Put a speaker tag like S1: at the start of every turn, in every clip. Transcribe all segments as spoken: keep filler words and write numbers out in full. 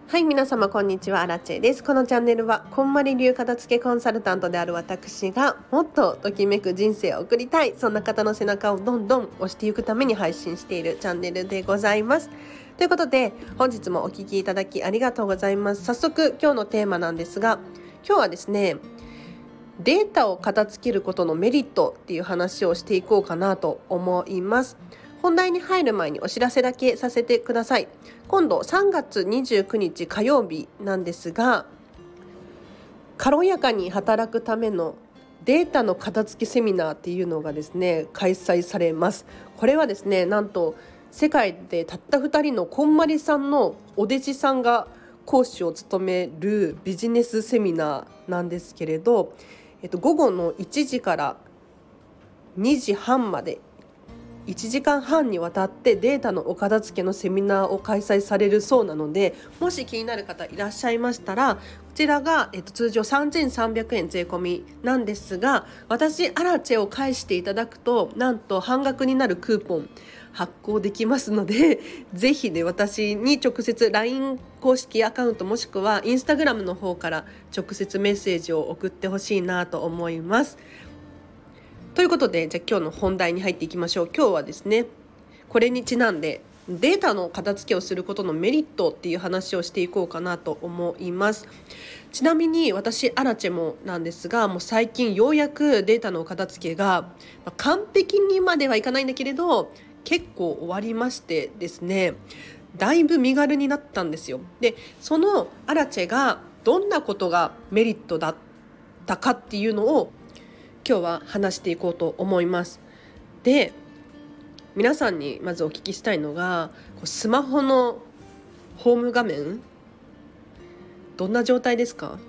S1: はい、皆様こんにちは、アラチェです。このチャンネルはこんまり流片付けコンサルタントである私がもっとときめく人生を送りたい、そんな方の背中をどんどん押していくために配信しているチャンネルでございます。ということで本日もお聞きいただきありがとうございます。早速今日のテーマなんですが、今日はですね、データを片付けることのメリットっていう話をしていこうかなと思います。本題に入る前にお知らせだけさせてください。今度さんがつにじゅうくにち火曜日なんですが、軽やかに働くためのデータの片付けセミナーっていうのがですね、開催されます。これはですね、なんと世界でたったふたりのこんまりさんのお弟子さんが講師を務めるビジネスセミナーなんですけれど、えっと、午後のいちじからにじはんまでいちじかんはんにわたってデータのお片付けのセミナーを開催されるそうなので、もし気になる方いらっしゃいましたら、こちらが、えっと、通常さんぜんさんびゃくえん税込みなんですが、私アラチェを返していただくとなんと半額になるクーポン発行できますので、ぜひね、私に直接 ライン 公式アカウントもしくは インスタグラム の方から直接メッセージを送ってほしいなと思います。ということで、じゃあ今日の本題に入っていきましょう。今日はですね、これにちなんでデータの片付けをすることのメリットっていう話をしていこうかなと思います。ちなみに私アラチェもなんですが、もう最近ようやくデータの片付けが、まあ、完璧にまではいかないんだけれど結構終わりましてですね、だいぶ身軽になったんですよ。で、そのアラチェがどんなことがメリットだったかっていうのを今日は話していこうと思います。で、皆さんにまずお聞きしたいのが、スマホのホーム画面どんな状態ですか？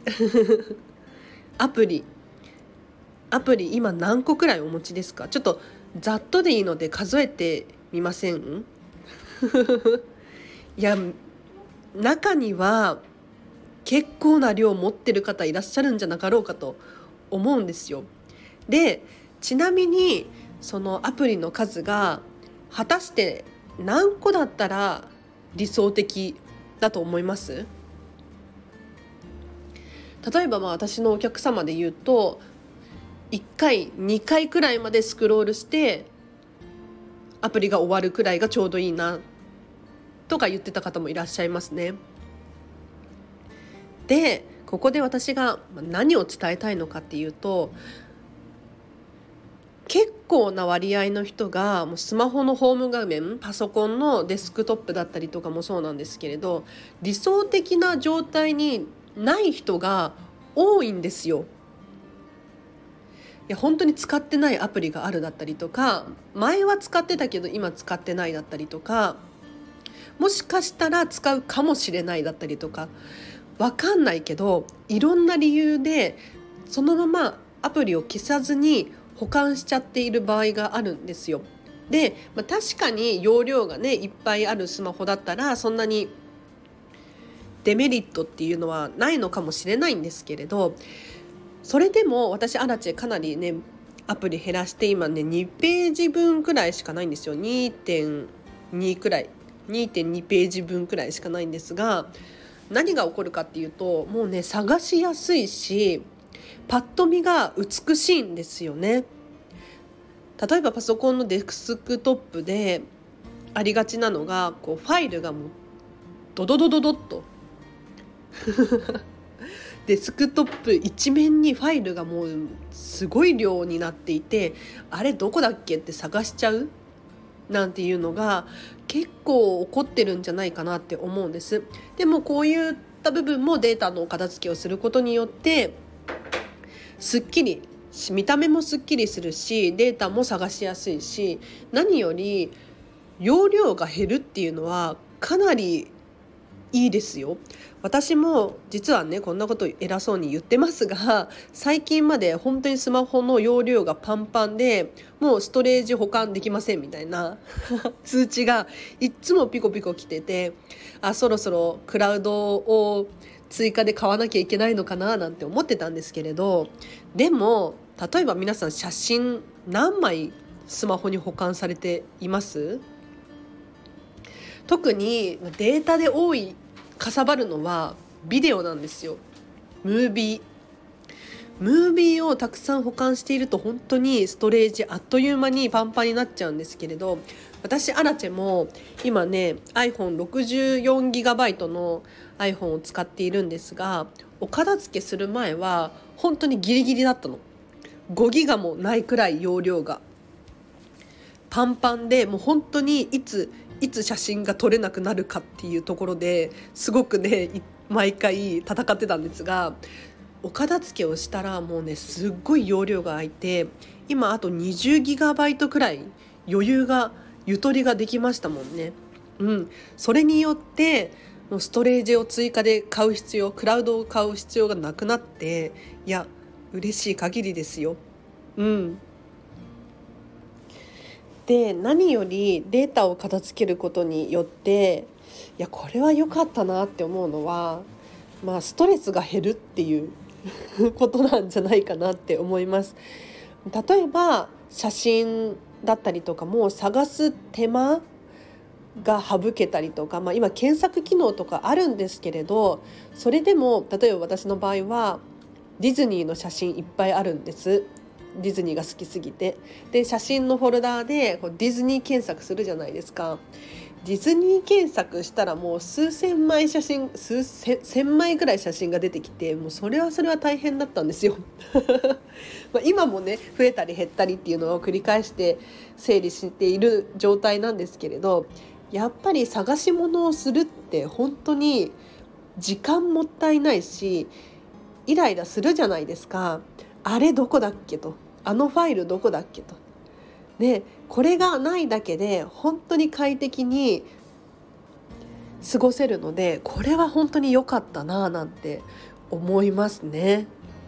S1: アプリアプリ今何個くらいお持ちですか？ちょっとざっとでいいので数えてみません？いや、中には結構な量持ってる方いらっしゃるんじゃなかろうかと思うんですよ。で、ちなみにそのアプリの数が果たして何個だったら理想的だと思います？例えばまあ私のお客様で言うと、いっかいにかいくらいまでスクロールしてアプリが終わるくらいがちょうどいいなとか言ってた方もいらっしゃいますね。で、ここで私が何を伝えたいのかっていうと、結構な割合の人がもうスマホのホーム画面、パソコンのデスクトップだったりとかもそうなんですけれど、理想的な状態にない人が多いんですよ。いや、本当に使ってないアプリがあるだったりとか、前は使ってたけど今使ってないだったりとか、もしかしたら使うかもしれないだったりとか、わかんないけどいろんな理由でそのままアプリを消さずに保管しちゃっている場合があるんですよ。で、まあ、確かに容量がねいっぱいあるスマホだったらそんなにデメリットっていうのはないのかもしれないんですけれど、それでも私アラチェかなりねアプリ減らして今ねにページ分くらいしかないんですよ。 にてんに くらい にてんに ページ分くらいしかないんですが、何が起こるかっていうと、もうね探しやすいしパッと見が美しいんですよね。例えばパソコンのデスクトップでありがちなのが、こうファイルがもうドドドドドッとデスクトップ一面にファイルがもうすごい量になっていて、あれどこだっけって探しちゃうなんていうのが結構起こってるんじゃないかなって思うんです。でもこういった部分もデータの片付けをすることによってすっきり、見た目もすっきりするし、データも探しやすいし、何より容量が減るっていうのはかなりいいですよ。私も実はねこんなこと偉そうに言ってますが、最近まで本当にスマホの容量がパンパンでもうストレージ保管できませんみたいな通知がいっつもピコピコ来てて、あ、そろそろクラウドを追加で買わなきゃいけないのかななんて思ってたんですけれど、でも例えば皆さん写真何枚スマホに保管されています？特にデータで多いかさばるのはビデオなんですよ。ムービームービーをたくさん保管していると本当にストレージあっという間にパンパンになっちゃうんですけれど、私アラチェも今ね アイフォンろくじゅうよんギガバイト の iPhone を使っているんですが、お片付けする前は本当にギリギリだったの。ごギガもないくらい容量がパンパンで、もう本当にいついつ写真が撮れなくなるかっていうところですごくね毎回戦ってたんですが、お片付けをしたらもうねすっごい容量が空いて、今あとにじゅうギガバイトくらい余裕がゆとりができましたもんね。うん、それによってもうストレージを追加で買う必要、クラウドを買う必要がなくなって、いや嬉しい限りですよ。うん。で何よりデータを片付けることによって、いやこれは良かったなって思うのは、まあストレスが減るっていうことなんじゃないかなって思います。例えば写真だったりとかも探す手間が省けたりとか、まあ、今検索機能とかあるんですけれど、それでも例えば私の場合はディズニーの写真いっぱいあるんです。ディズニーが好きすぎて。で写真のフォルダーでこうディズニー検索するじゃないですか。ディズニー検索したらもう数千枚写真数千、千枚ぐらい写真が出てきて、もうそれはそれは大変だったんですよまあ今もね増えたり減ったりっていうのを繰り返して整理している状態なんですけれど、やっぱり探し物をするって本当に時間もったいないしイライラするじゃないですか。あれどこだっけと、あのファイルどこだっけとね、これがないだけで本当に快適に過ごせるので、これは本当に良かったななんて思いますね。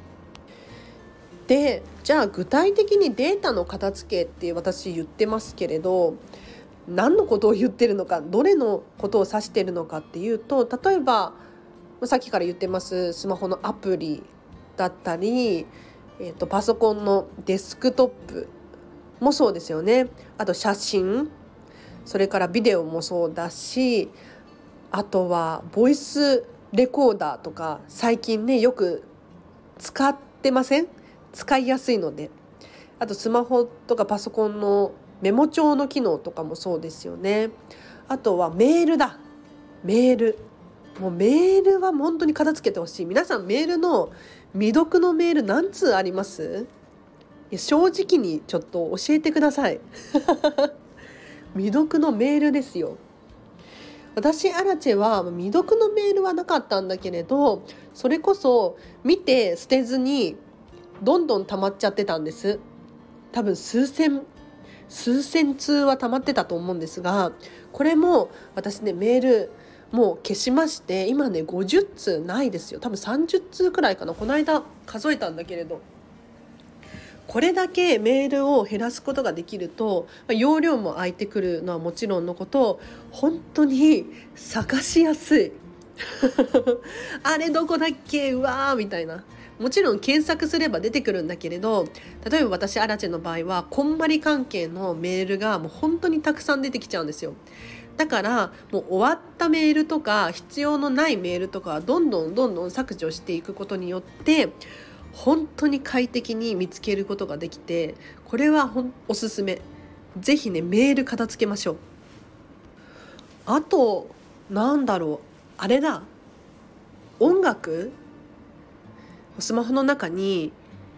S1: でじゃあ具体的にデータの片付けって私言ってますけれど、何のことを言ってるのか、どれのことを指しているのかっていうと、例えばさっきから言ってますスマホのアプリだったり、えーと、パソコンのデスクトップもそうですよね。あと写真、それからビデオもそうだし、あとはボイスレコーダーとか最近ねよく使ってません？使いやすいので。あとスマホとかパソコンのメモ帳の機能とかもそうですよね。あとはメールだ。メール。もうメールは本当に片付けてほしい。皆さんメールの未読のメール何通あります？いや正直にちょっと教えてください未読のメールですよ。私アラチェは未読のメールはなかったんだけれど、それこそ見て捨てずにどんどん溜まっちゃってたんです。多分数千数千通は溜まってたと思うんですが、これも私ねメールもう消しまして、今ねごじゅっつうないですよ。多分さんじゅっつうくらいかな。この間数えたんだけれど、これだけメールを減らすことができると、容量も空いてくるのはもちろんのこと、本当に探しやすいあれどこだっけ、うわーみたいな。もちろん検索すれば出てくるんだけれど、例えば私アラチェの場合はこんまり関係のメールがもう本当にたくさん出てきちゃうんですよ。だからもう終わったメールとか必要のないメールとかどんどんどんどん削除していくことによって本当に快適に見つけることができて、これはほんおすすめ。ぜひねメール片付けましょう。あとなんだろう、あれだ、音楽、スマホの中に、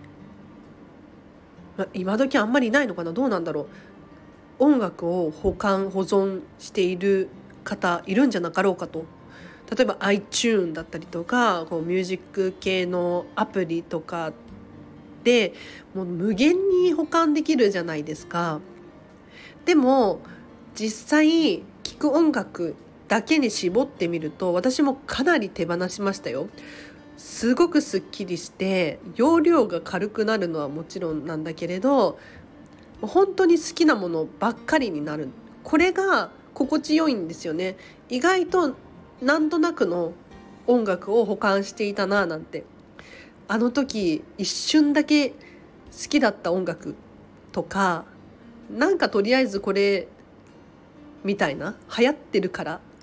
S1: ま、今時あんまりいないのかな、どうなんだろう、音楽を保管保存している方いるんじゃなかろうかと。例えば iTunes だったりとかこうミュージック系のアプリとかでもう無限に保管できるじゃないですか。でも実際聴く音楽だけに絞ってみると私もかなり手放しましたよ。すごくすっきりして容量が軽くなるのはもちろんなんだけれど、本当に好きなものばっかりになる。これが心地よいんですよね。意外となんとなくの音楽を保管していたななんて、あの時一瞬だけ好きだった音楽とか、なんかとりあえずこれみたいな、流行ってるから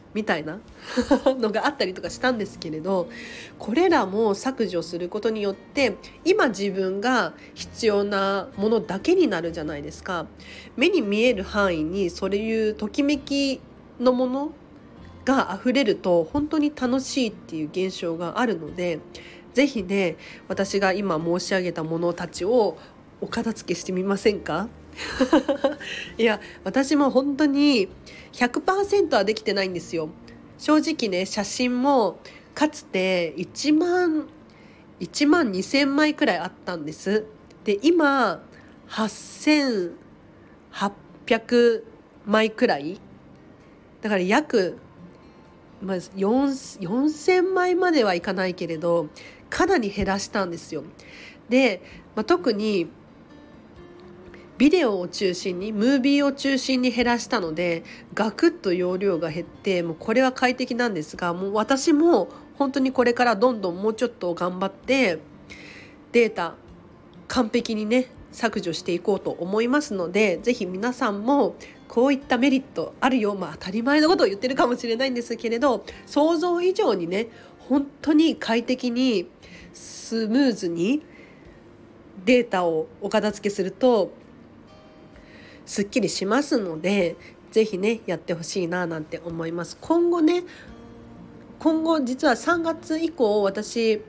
S1: みたいなのがあったりとかしたんですけれど、これらも削除することによって今自分が必要なものだけになるじゃないですか。目に見える範囲にそういうときめきのものが溢れると本当に楽しいっていう現象があるので、ぜひね、私が今申し上げたものたちをお片付けしてみませんか？いや、私も本当に ひゃくパーセント はできてないんですよ。正直ね、写真もかつていちまんいちまんにせんまいくらいあったんです。で、今はっせんはっぴゃくまいくらいだから、約、まあ、よんせんまいまではいかないけれどかなり減らしたんですよ。で、まあ、特にビデオを中心にムービーを中心に減らしたのでガクッと容量が減って、もうこれは快適なんですが、もう私も本当にこれからどんどんもうちょっと頑張ってデータ完璧にね削除していこうと思いますので、ぜひ皆さんもこういったメリットあるよ、まあ当たり前のことを言ってるかもしれないんですけれど、想像以上にね本当に快適にスムーズにデータをお片付けするとすっきりしますので、ぜひねやってほしいななんて思います。今後ね今後実はさんがつ以降、私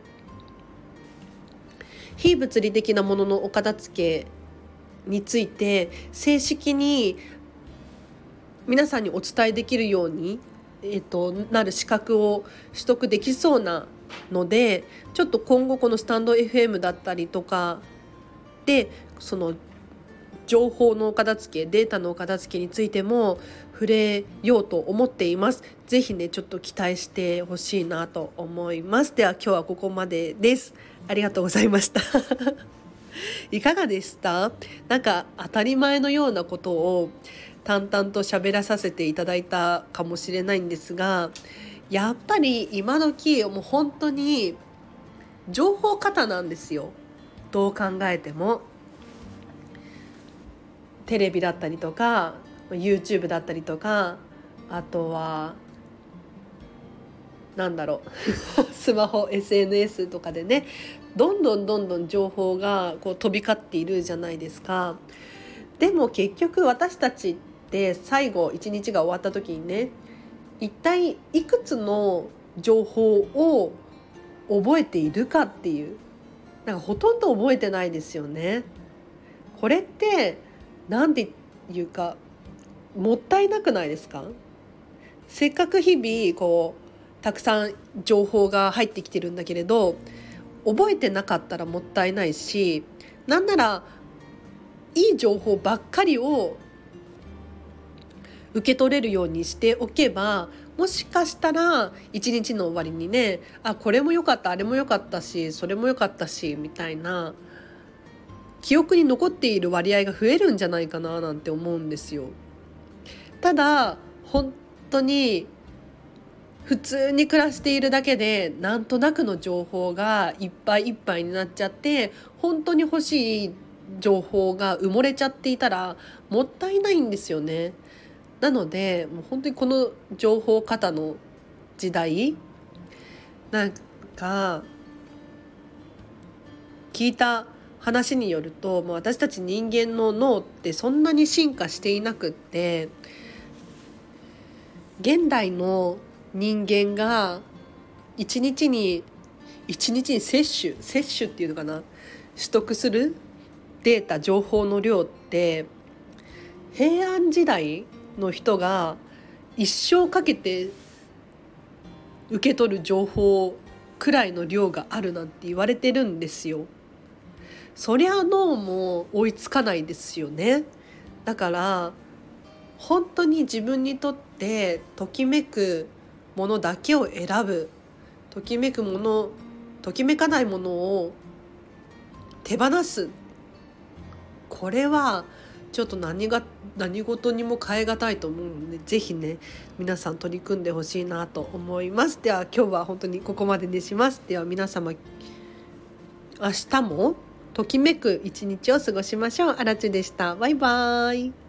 S1: 非物理的なもののお片付けについて正式に皆さんにお伝えできるように、えっと、なる資格を取得できそうなので、ちょっと今後このスタンド エフエム だったりとかでその情報のお片付け、データのお片付けについても触れようと思っています。ぜひねちょっと期待してほしいなと思います。では今日はここまでです。ありがとうございましたいかがでした？なんか当たり前のようなことを淡々と喋らさせていただいたかもしれないんですが、やっぱり今時もう本当に情報過多なんですよ。どう考えてもテレビだったりとか YouTube だったりとか、あとはなんだろうスマホ エスエヌエス とかでね、どんどんどんどん情報がこう飛び交っているじゃないですか。でも結局私たちって最後一日が終わった時にね、一体いくつの情報を覚えているかっていう、なんかほとんど覚えてないですよね。これってなんていうかもったいなくないですか？せっかく日々こうたくさん情報が入ってきてるんだけれど、覚えてなかったらもったいないし、なんならいい情報ばっかりを受け取れるようにしておけば、もしかしたら一日の終わりにね、あ、これも良かった、あれも良かったし、それも良かったしみたいな記憶に残っている割合が増えるんじゃないかななんて思うんですよ。ただ本当に普通に暮らしているだけでなんとなくの情報がいっぱいいっぱいになっちゃって、本当に欲しい情報が埋もれちゃっていたらもったいないんですよね。なのでもう本当にこの情報過多の時代、なんか聞いた話によると、もう私たち人間の脳ってそんなに進化していなくって、現代の人間が一日に一日に摂取摂取っていうのかな、取得するデータ情報の量って平安時代の人が一生かけて受け取る情報くらいの量があるなんて言われてるんですよ。そりゃ脳も追いつかないですよね。だから本当に自分にとってときめくものだけを選ぶ、ときめくもの、ときめかないものを手放す、これはちょっと何が何事にも変えがたいと思うので、ぜひね皆さん取り組んでほしいなと思います。では今日は本当にここまでにします。では皆様、明日もときめく一日を過ごしましょう。あらちでした。バイバイ。